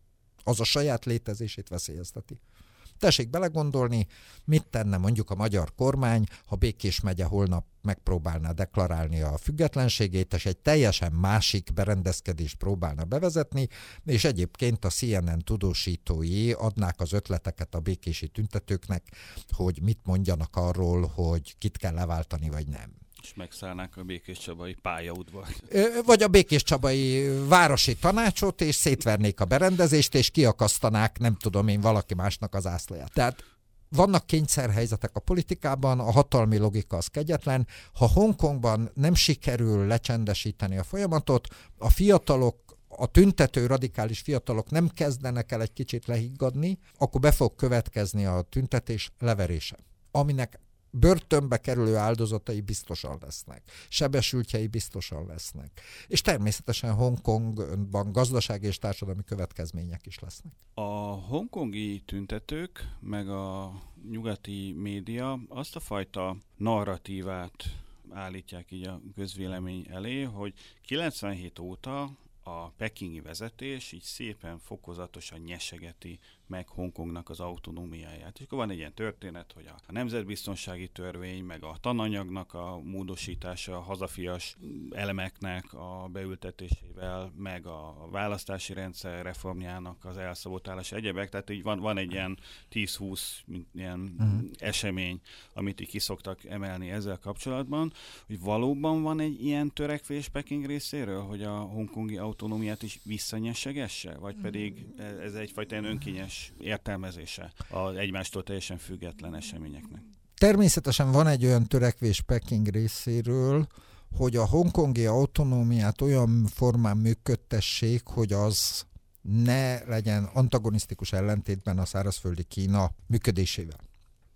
Speaker 2: Az a saját létezését veszélyezteti. Tessék belegondolni, mit tenne mondjuk a magyar kormány, ha Békés megye holnap megpróbálná deklarálni a függetlenségét, és egy teljesen másik berendezkedést próbálna bevezetni, és egyébként a C N N tudósítói adnák az ötleteket a békési tüntetőknek, hogy mit mondjanak arról, hogy kit kell leváltani, vagy nem.
Speaker 4: És megszállnák a Békéscsabai pályaudvart.
Speaker 2: Vagy a Békéscsabai városi tanácsot, és szétvernék a berendezést, és kiakasztanák, nem tudom én, valaki másnak az ászlóját. Tehát vannak kényszerhelyzetek a politikában, a hatalmi logika az kegyetlen. Ha Hongkongban nem sikerül lecsendesíteni a folyamatot, a fiatalok, a tüntető radikális fiatalok nem kezdenek el egy kicsit lehiggadni, akkor be fog következni a tüntetés leverése, aminek börtönbe kerülő áldozatai biztosan lesznek, sebesültjei biztosan lesznek, és természetesen Hongkongban gazdasági és társadalmi következmények is lesznek.
Speaker 4: A hongkongi tüntetők, meg a nyugati média azt a fajta narratívát állítják így a közvélemény elé, hogy kilencvenhét óta a pekingi vezetés így szépen fokozatosan nyesegeti meg Hongkongnak az autonómiáját. És akkor van egy ilyen történet, hogy a nemzetbiztonsági törvény, meg a tananyagnak a módosítása, a hazafias elemeknek a beültetésével, meg a választási rendszer reformjának az elszabotálása, egyebek. Tehát így van, van egy ilyen tíz-húsz ilyen uh-huh. esemény, amit így kiszoktak emelni ezzel kapcsolatban, hogy valóban van egy ilyen törekvés Peking részéről, hogy a hongkongi autonómiát is visszanyesegesse, vagy pedig ez egyfajta ilyen önkényes értelmezése az egymástól teljesen független eseményeknek.
Speaker 2: Természetesen van egy olyan törekvés Peking részéről, hogy a hongkongi autonómiát olyan formán működtessék, hogy az ne legyen antagonisztikus ellentétben a szárazföldi Kína működésével.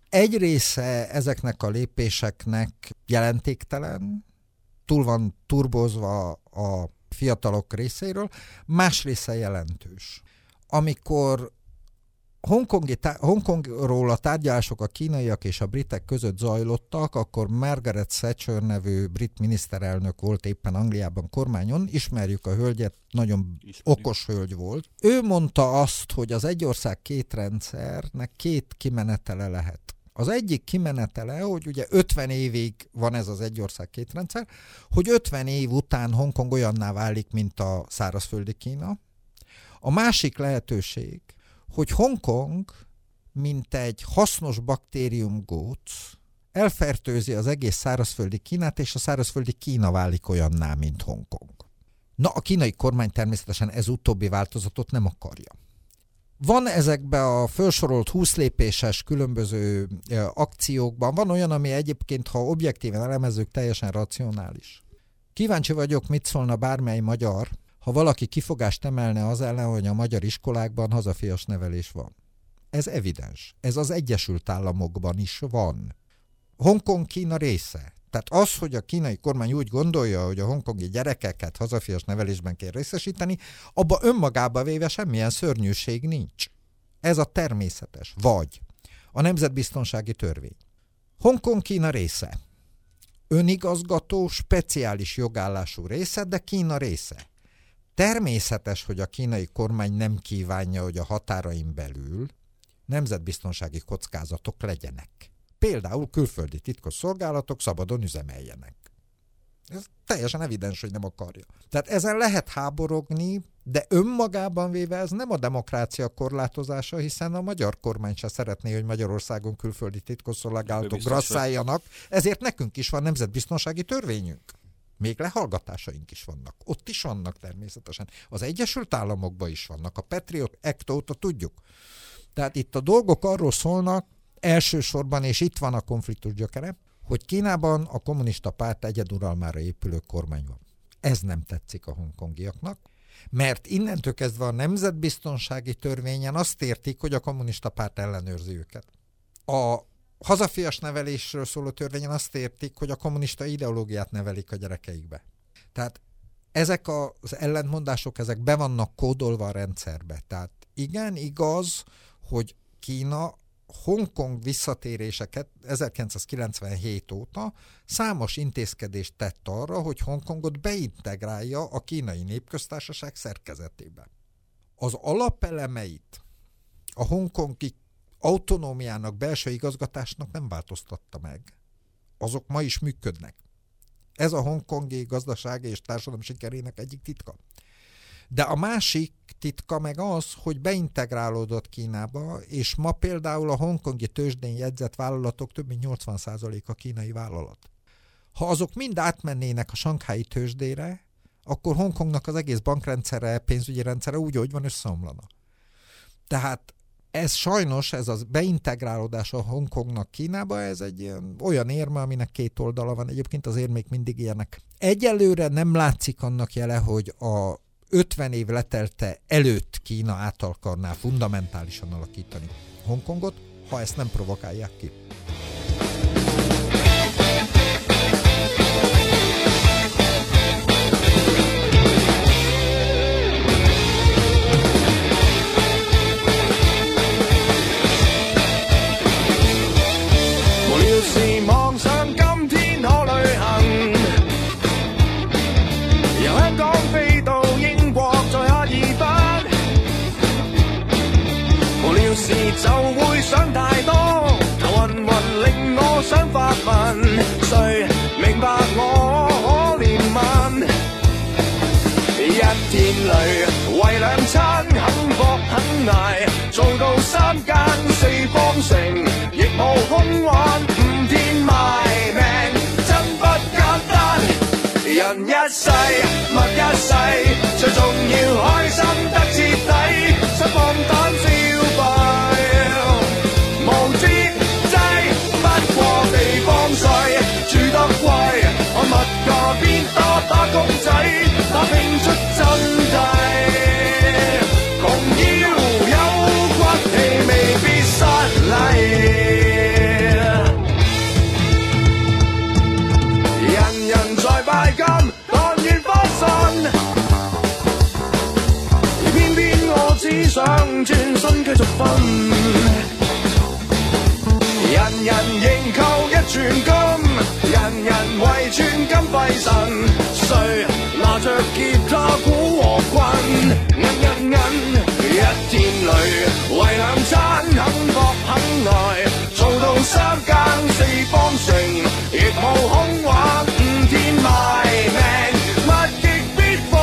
Speaker 2: Egy része ezeknek a lépéseknek jelentéktelen, túl van turbozva a fiatalok részéről, más része jelentős. Amikor Hongkongi, Hongkongról a tárgyalások a kínaiak és a britek között zajlottak, akkor Margaret Thatcher nevű brit miniszterelnök volt éppen Angliában kormányon, ismerjük a hölgyet, nagyon Ismerjük. okos hölgy volt. Ő mondta azt, hogy az egy ország két rendszernek két kimenetele lehet. Az egyik kimenetele, hogy ugye ötven évig van ez az egy ország két rendszer, hogy ötven év után Hongkong olyanná válik, mint a szárazföldi Kína. A másik lehetőség, hogy Hongkong, mint egy hasznos baktériumgóc, elfertőzi az egész szárazföldi Kínát, és a szárazföldi Kína válik olyanná, mint Hongkong. Na, a kínai kormány természetesen ez utóbbi változatot nem akarja. Van ezekben a felsorolt húsz lépéses különböző akciókban, van olyan, ami egyébként, ha objektíven elemezzük, teljesen racionális. Kíváncsi vagyok, mit szólna bármely magyar, ha valaki kifogást emelne az ellen, hogy a magyar iskolákban hazafias nevelés van. Ez evidens. Ez az Egyesült Államokban is van. Hongkong Kína része. Tehát az, hogy a kínai kormány úgy gondolja, hogy a hongkongi gyerekeket hazafias nevelésben kell részesíteni, abba önmagába véve semmilyen szörnyűség nincs. Ez a természetes. Vagy a nemzetbiztonsági törvény. Hongkong Kína része. Önigazgató, speciális jogállású része, de Kína része. Természetes, hogy a kínai kormány nem kívánja, hogy a határain belül nemzetbiztonsági kockázatok legyenek. Például külföldi titkos szolgálatok szabadon üzemeljenek. Ez teljesen evidens, hogy nem akarja. Tehát ezen lehet háborogni, de önmagában véve ez nem a demokrácia korlátozása, hiszen a magyar kormány se szeretné, hogy Magyarországon külföldi titkos szolgálatok grasszáljanak, ezért nekünk is van nemzetbiztonsági törvényünk. Még lehallgatásaink is vannak. Ott is vannak természetesen. Az Egyesült Államokban is vannak. A Patriot Act óta tudjuk. Tehát itt a dolgok arról szólnak, elsősorban, és itt van a konfliktus gyökere, hogy Kínában a kommunista párt egyeduralmára épülő kormány van. Ez nem tetszik a hongkongiaknak, mert innentől kezdve a nemzetbiztonsági törvényen azt értik, hogy a kommunista párt ellenőrzi őket. A hazafias nevelésről szóló törvényen azt értik, hogy a kommunista ideológiát nevelik a gyerekeikbe. Tehát ezek az ellentmondások, ezek be vannak kódolva a rendszerbe. Tehát igen, igaz, hogy Kína Hongkong visszatéréseket ezerkilencszázkilencvenhét óta számos intézkedést tett arra, hogy Hongkongot beintegrálja a kínai népköztársaság szerkezetébe. Az alapelemeit a hongkongi autonómiának, belső igazgatásnak nem változtatta meg. Azok ma is működnek. Ez a hongkongi gazdasági és társadalom sikerének egyik titka. De a másik titka meg az, hogy beintegrálódott Kínába, és ma például a hongkongi tőzsdén jegyzett vállalatok több mint nyolcvan százaléka kínai vállalat. Ha azok mind átmennének a sanghái tőzsdére, akkor Hongkongnak az egész bankrendszere, pénzügyi rendszere úgy, ahogy van, összeomlana. Tehát ez sajnos, ez az beintegrálódás a Hongkongnak Kínába, ez egy ilyen, olyan érme, aminek két oldala van. Egyébként az érmék mindig ilyenek. Egyelőre nem látszik annak jele, hogy a ötven év letelte előtt Kína át akarná fundamentálisan alakítani Hongkongot, ha ezt nem provokálják ki.
Speaker 6: 上，轉身繼續分。人人認購一寸金，人人為寸金費神。誰拿着吉他鼓和棍，銀銀銀一天裏為兩餐肯搏肯耐，做到三更四方城，亦無空話五天賣命，物極必反。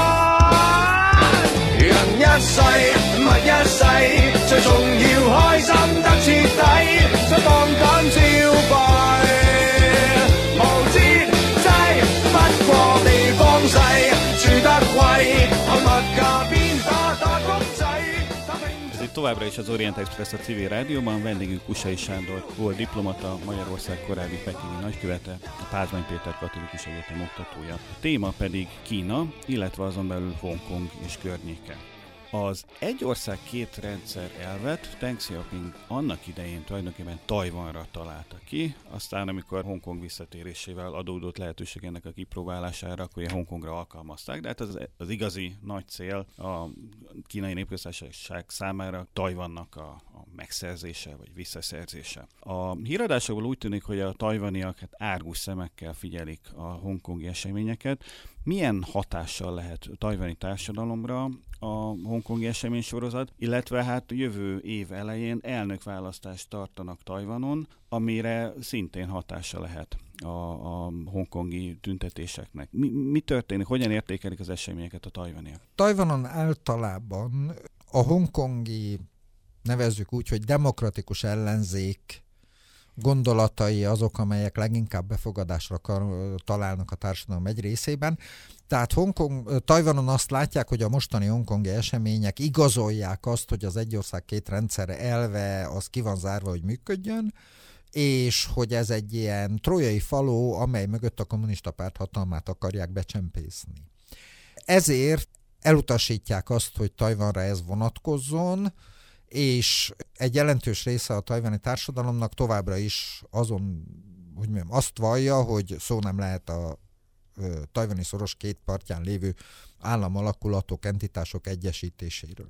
Speaker 6: 人一世物一世，最重要開心得徹底，想放膽消費。無節制，不過地方細，住得貴，看物價變打打工仔。
Speaker 4: Ez itt továbbra is az Orient Express a civil rádióban, vendégünk Kussai Sándor volt diplomata, Magyarország korábbi pekingi nagykövete, a Pázmány Péter Katolikus Egyetem oktatója. A téma pedig Kína, illetve azon belül Hongkong és környéke. Az egy ország két rendszer elvet Deng Xiaoping annak idején tulajdonképpen Tajvanra találta ki, aztán amikor Hongkong visszatérésével adódott lehetőség ennek a kipróbálására, akkor ilyen Hongkongra alkalmazták, de hát az, az igazi nagy cél a Kínai Népköztársaság számára Tajvannak a, a megszerzése vagy visszaszerzése. A híradásokból úgy tűnik, hogy a tajvaniak hát árgus szemekkel figyelik a hongkongi eseményeket. Milyen hatással lehet a tajvani társadalomra a hongkongi eseménysorozat, illetve hát jövő év elején elnökválasztást tartanak Tajvanon, amire szintén hatása lehet a, a hongkongi tüntetéseknek. Mi, mi történik? Hogyan értékelik az eseményeket a tajvaniak?
Speaker 2: Tajvanon általában a hongkongi, nevezzük úgy, hogy demokratikus ellenzék gondolatai azok, amelyek leginkább befogadásra találnak a társadalom egy részében. Tehát Hongkong, Tajvanon azt látják, hogy a mostani hongkongi események igazolják azt, hogy az egy ország két rendszer elve az ki van zárva, hogy működjön, és hogy ez egy ilyen trójai faló, amely mögött a kommunista párt hatalmát akarják becsempészni. Ezért elutasítják azt, hogy Tajvanra ez vonatkozzon, és egy jelentős része a tajvani társadalomnak továbbra is azon, hogy mondjam, azt vallja, hogy szó nem lehet a ö, tajvani szoros két partján lévő államalakulatok, entitások egyesítéséről.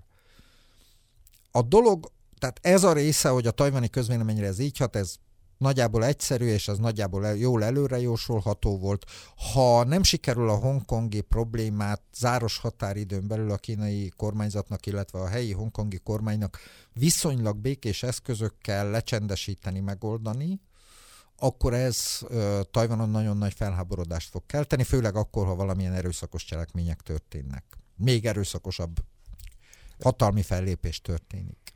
Speaker 2: A dolog, tehát ez a része, hogy a tajvani közvéleményre ez így hat, ez nagyjából egyszerű, és ez nagyjából jól előre jósolható volt. Ha nem sikerül a hongkongi problémát záros határidőn belül a kínai kormányzatnak, illetve a helyi hongkongi kormánynak viszonylag békés eszközökkel lecsendesíteni, megoldani, akkor ez uh, Tajvanon nagyon nagy felháborodást fog kelteni, főleg akkor, ha valamilyen erőszakos cselekmények történnek. Még erőszakosabb hatalmi fellépés történik.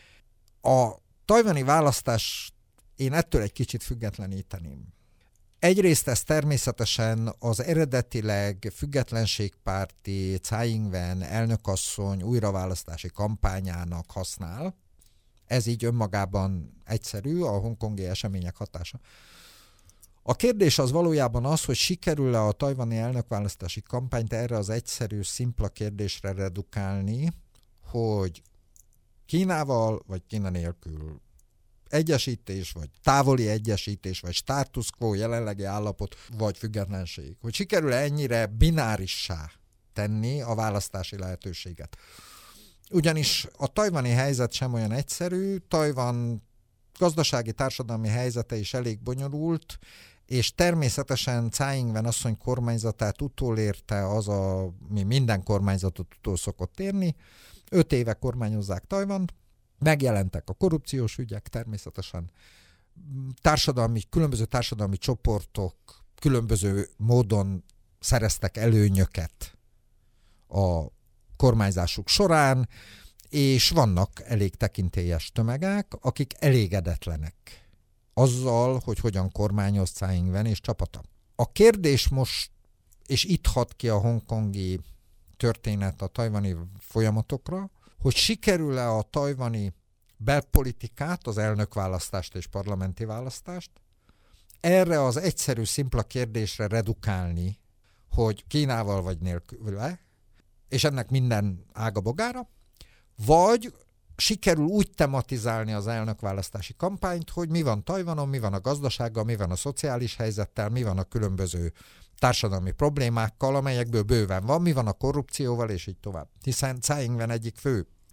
Speaker 2: A tajvani választás én ettől egy kicsit függetleníteném. Egyrészt ez természetesen az eredetileg függetlenségpárti Tsai Ing-wen elnökasszony újraválasztási kampányának használ. Ez így önmagában egyszerű, a hongkongi események hatása. A kérdés az valójában az, hogy sikerül-e a tajvani elnökválasztási kampányt erre az egyszerű, szimpla kérdésre redukálni, hogy Kínával vagy Kína nélkül egyesítés, vagy távoli egyesítés, vagy status quo, jelenlegi állapot, vagy függetlenség. Hogy sikerül ennyire binárissá tenni a választási lehetőséget. Ugyanis a tajvani helyzet sem olyan egyszerű, Tajvan gazdasági, társadalmi helyzete is elég bonyolult, és természetesen Tsai Ing-wen asszony kormányzatát utolérte az, a, mi minden kormányzatot utol szokott érni. Öt éve kormányozzák Tajvant, megjelentek a korrupciós ügyek természetesen, társadalmi, különböző társadalmi csoportok különböző módon szereztek előnyöket a kormányzásuk során, és vannak elég tekintélyes tömegek, akik elégedetlenek azzal, hogy hogyan kormányoz Tsai Ing-wen és csapata. A kérdés most, és itt hat ki a hongkongi történet a tajvani folyamatokra, hogy sikerül-e a tajvani belpolitikát, az elnökválasztást és parlamenti választást erre az egyszerű, szimpla kérdésre redukálni, hogy Kínával vagy nélküle, és ennek minden ága-bogára, vagy sikerül úgy tematizálni az elnökválasztási kampányt, hogy mi van Tajvanon, mi van a gazdasággal, mi van a szociális helyzettel, mi van a különböző társadalmi problémákkal, amelyekből bőven van, mi van a korrupcióval, és így tovább. Hiszen Tsai Ing-wen egyik fő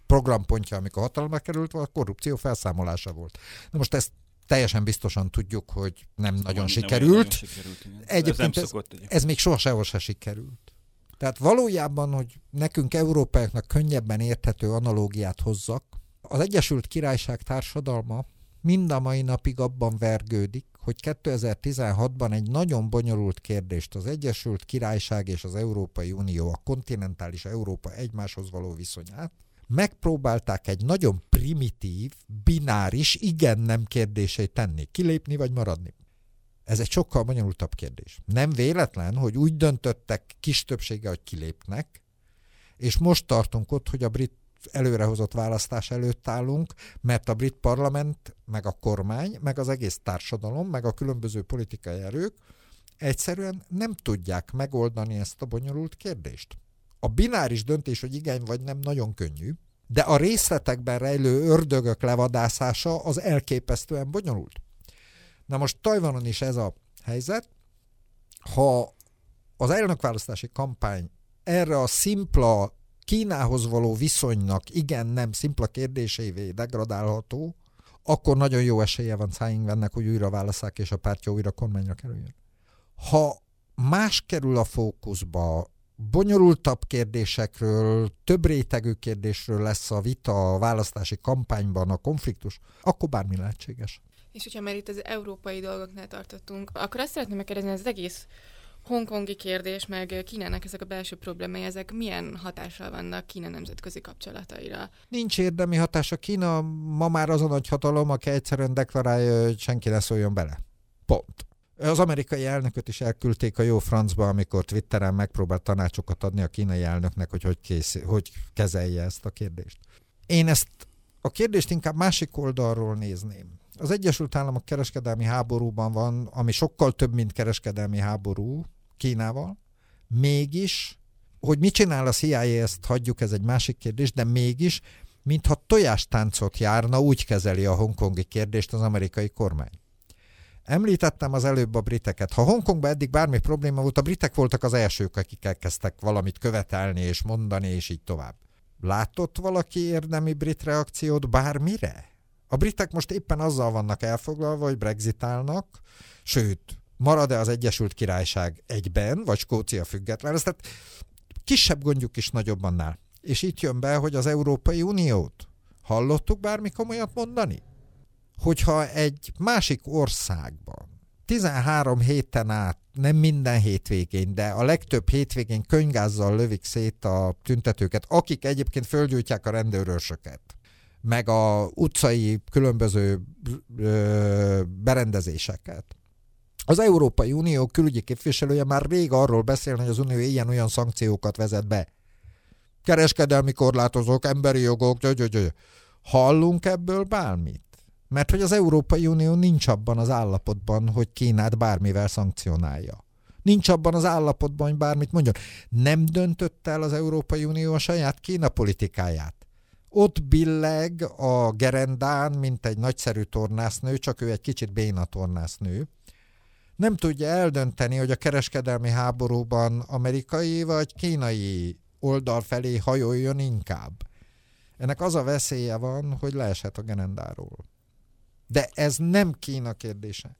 Speaker 2: programpontja, amikor hatalomra került, a korrupció felszámolása volt. Na most ezt teljesen biztosan tudjuk, hogy nem nagyon
Speaker 4: nem
Speaker 2: sikerült.
Speaker 4: Nagyon sikerült
Speaker 2: Egyébként ez, ez, ez még soha sehol se sikerült. Tehát valójában, hogy nekünk európaiaknak könnyebben érthető analógiát hozzak, az Egyesült Királyság társadalma mind a mai napig abban vergődik, hogy kétezer-tizenhatban egy nagyon bonyolult kérdést, az Egyesült Királyság és az Európai Unió, a kontinentális Európa egymáshoz való viszonyát, megpróbálták egy nagyon primitív, bináris, igen-nem kérdését tenni. Kilépni vagy maradni? Ez egy sokkal bonyolultabb kérdés. Nem véletlen, hogy úgy döntöttek kis többséggel, hogy kilépnek, és most tartunk ott, hogy a brit előrehozott választás előtt állunk, mert a brit parlament, meg a kormány, meg az egész társadalom, meg a különböző politikai erők egyszerűen nem tudják megoldani ezt a bonyolult kérdést. A bináris döntés, hogy igen vagy nem, nagyon könnyű, de a részletekben rejlő ördögök levadászása az elképesztően bonyolult. Na most Tajvanon is ez a helyzet. Ha az elnökválasztási kampány erre a szimpla Kínához való viszonynak igen-nem szimpla kérdésévé degradálható, akkor nagyon jó esélye van Tsai Ing-wennek, hogy újra válasszák és a pártja újra kormányra kerüljön. Ha más kerül a fókuszba, bonyolultabb kérdésekről, több rétegű kérdésről lesz a vita a választási kampányban, a konfliktus, akkor bármi lehetséges.
Speaker 3: És hogyha már itt az európai dolgoknál tartottunk, akkor azt szeretném megkérdezni, ez az egész hongkongi kérdés, meg Kínának ezek a belső problémái, ezek milyen hatással vannak Kína nemzetközi kapcsolataira?
Speaker 2: Nincs érdemi hatása. Kína ma már az a nagy hatalom, aki egyszerűen deklarálja, hogy senki ne szóljon bele. Pont. Az amerikai elnököt is elküldték a jó francba, amikor Twitteren megpróbált tanácsokat adni a kínai elnöknek, hogy hogy, kész, hogy kezelje ezt a kérdést. Én ezt a kérdést inkább másik oldalról nézném. Az Egyesült Államok kereskedelmi háborúban van, ami sokkal több, mint kereskedelmi háború Kínával. Mégis, hogy mit csinál a C I A, ezt hagyjuk, ez egy másik kérdés, de mégis, mintha tojástáncot járna, úgy kezeli a hongkongi kérdést az amerikai kormány. Említettem az előbb a briteket. Ha Hongkongban eddig bármi probléma volt, a britek voltak az elsők, akik elkezdtek valamit követelni és mondani, és így tovább. Látott valaki érdemi brit reakciót bármire? A britek most éppen azzal vannak elfoglalva, hogy brexitálnak, sőt, marad-e az Egyesült Királyság egyben, vagy Skócia független, ez tehát kisebb gondjuk is nagyobb annál. És itt jön be, hogy az Európai Uniót hallottuk bármi komolyat mondani? Hogyha egy másik országban tizenhárom héten át, nem minden hétvégén, de a legtöbb hétvégén könyvgázzal lövik szét a tüntetőket, akik egyébként fölgyújtják a rendőrösöket, meg a utcai különböző ö, berendezéseket. Az Európai Unió külügyi képviselője már rég arról beszél, hogy az Unió ilyen-olyan szankciókat vezet be. Kereskedelmi korlátozók, emberi jogok, gyögyögyö. Hallunk ebből bármit? Mert hogy az Európai Unió nincs abban az állapotban, hogy Kínát bármivel szankcionálja. Nincs abban az állapotban, hogy bármit mondjon. Nem döntött el az Európai Unió a saját Kína politikáját. Ott billeg a gerendán, mint egy nagyszerű tornásznő, csak ő egy kicsit béna tornásznő. Nem tudja eldönteni, hogy a kereskedelmi háborúban amerikai vagy kínai oldal felé hajoljon inkább. Ennek az a veszélye van, hogy leeshet a gerendáról. De ez nem Kína kérdése.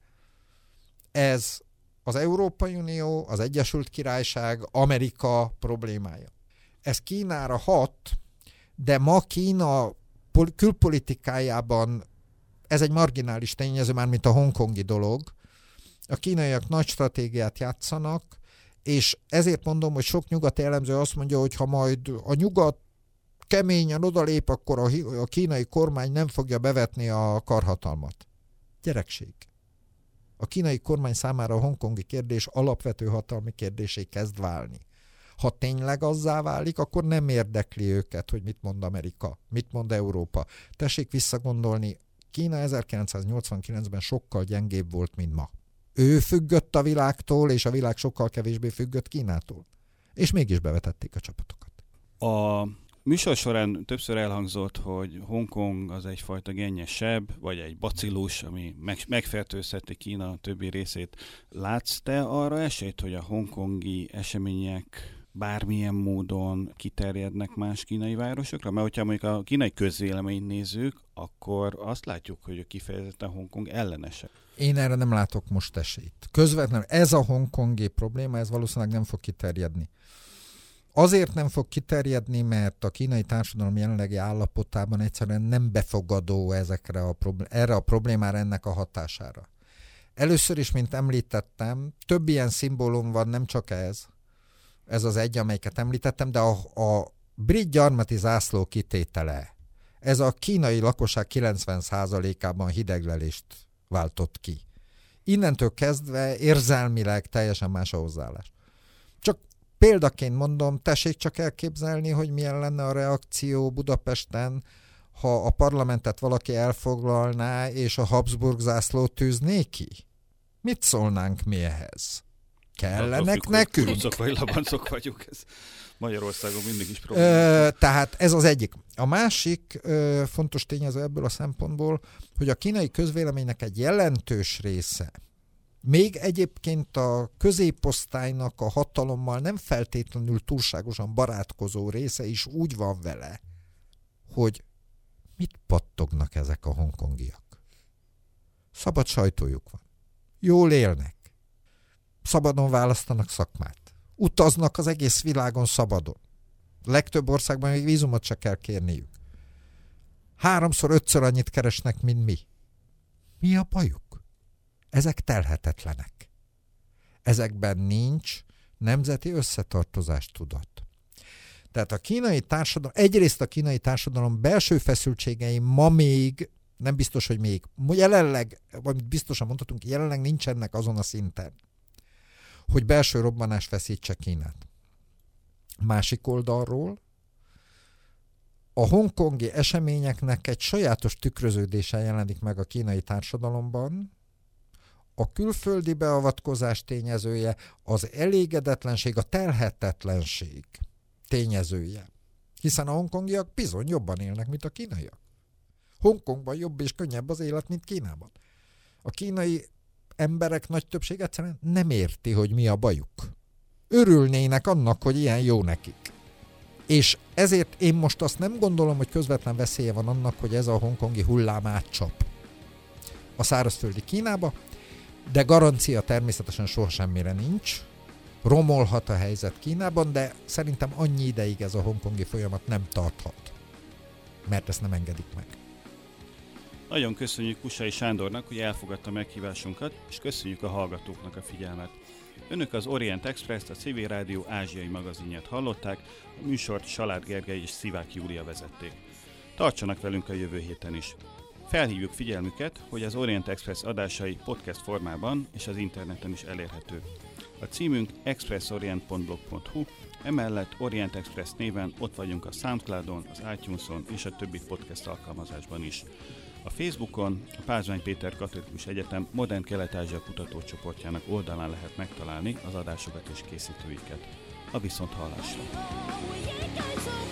Speaker 2: Ez az Európai Unió, az Egyesült Királyság, Amerika problémája. Ez Kínára hat, de ma Kína külpolitikájában ez egy marginális tényező, már mint a hongkongi dolog. A kínaiak nagy stratégiát játszanak, és ezért mondom, hogy sok nyugati elemző azt mondja, hogy ha majd a nyugat keményen odalép, akkor a kínai kormány nem fogja bevetni a karhatalmat. Gyerekség. A kínai kormány számára a hongkongi kérdés alapvető hatalmi kérdésé kezd válni. Ha tényleg azzá válik, akkor nem érdekli őket, hogy mit mond Amerika, mit mond Európa. Tessék visszagondolni, Kína ezerkilencszáznyolcvankilencben sokkal gyengébb volt, mint ma. Ő függött a világtól, és a világ sokkal kevésbé függött Kínától. És mégis bevetették a csapatokat.
Speaker 4: A műsor során többször elhangzott, hogy Hongkong az egyfajta gennyes seb, vagy egy bacillus, ami meg, megfertőzheti Kína többi részét. Látsz te arra esélyt, hogy a hongkongi események bármilyen módon kiterjednek más kínai városokra? Mert hogyha mondjuk a kínai közvéleményt nézzük, akkor azt látjuk, hogy a kifejezetten Hongkong ellenesek.
Speaker 2: Én erre nem látok most esélyt. Közvetlenül ez a hongkongi probléma, ez valószínűleg nem fog kiterjedni. Azért nem fog kiterjedni, mert a kínai társadalom jelenlegi állapotában egyszerűen nem befogadó ezekre a problém- erre a problémára, ennek a hatására. Először is, mint említettem, több ilyen szimbólum van, nem csak ez. Ez az egy, amelyiket említettem, de a, a brit gyarmati zászló kitétele, ez a kínai lakosság kilencven százalékában hideglelést váltott ki. Innentől kezdve érzelmileg teljesen más a hozzáállás. Csak példaként mondom, tessék csak elképzelni, hogy milyen lenne a reakció Budapesten, ha a parlamentet valaki elfoglalná, és a Habsburg zászlót tűzné ki? Mit szólnánk mi ehhez? Kellenek
Speaker 4: függ,
Speaker 2: nekünk?
Speaker 4: Kurucok vagy labancok vagyunk, ez Magyarországon mindig is probléma.
Speaker 2: Tehát ez az egyik. A másik ö, fontos tényező ebből a szempontból, hogy a kínai közvéleménynek egy jelentős része, még egyébként a középosztálynak a hatalommal nem feltétlenül túlságosan barátkozó része is úgy van vele, hogy mit pattognak ezek a hongkongiak. Szabad sajtójuk van. Jól élnek. Szabadon választanak szakmát. Utaznak az egész világon szabadon. A legtöbb országban még vízumot se kell kérniük. Háromszor, ötször annyit keresnek, mint mi. Mi a bajuk? Ezek telhetetlenek. Ezekben nincs nemzeti összetartozástudat. Tehát a kínai társadalom, egyrészt a kínai társadalom belső feszültségei ma még, nem biztos, hogy még, jelenleg, vagy biztosan mondhatunk, jelenleg nincsenek azon a szinten, hogy belső robbanás feszítse Kínát. Másik oldalról a hongkongi eseményeknek egy sajátos tükröződése jelenik meg a kínai társadalomban, a külföldi beavatkozás tényezője, az elégedetlenség, a telhetetlenség tényezője. Hiszen a hongkongiak bizony jobban élnek, mint a kínaiak. Hongkongban jobb és könnyebb az élet, mint Kínában. A kínai emberek nagy többség egyszerűen nem érti, hogy mi a bajuk. Örülnének annak, hogy ilyen jó nekik. És ezért én most azt nem gondolom, hogy közvetlen veszélye van annak, hogy ez a hongkongi hullám átcsap a szárazföldi Kínába, de garancia természetesen soha semmire nincs. Romolhat a helyzet Kínában, de szerintem annyi ideig ez a hongkongi folyamat nem tarthat, mert ezt nem engedik meg.
Speaker 4: Nagyon köszönjük Kussai Sándornak, hogy elfogadta meghívásunkat, és köszönjük a hallgatóknak a figyelmet. Önök az Orient Express-t, a Civil Rádió ázsiai magazinját hallották, a műsort Salád Gergely és Szivák Júlia vezették. Tartsanak velünk a jövő héten is. Felhívjuk figyelmüket, hogy az Orient Express adásai podcast formában és az interneten is elérhető. A címünk expressorient pont blog pont hu, emellett Orient Express néven ott vagyunk a Soundcloudon, az iTunes-on és a többi podcast alkalmazásban is. A Facebookon a Pázmány Péter Katolikus Egyetem Modern Kelet-Ázsia kutatócsoportjának oldalán lehet megtalálni az adásokat és készítőiket. A viszonthallásra!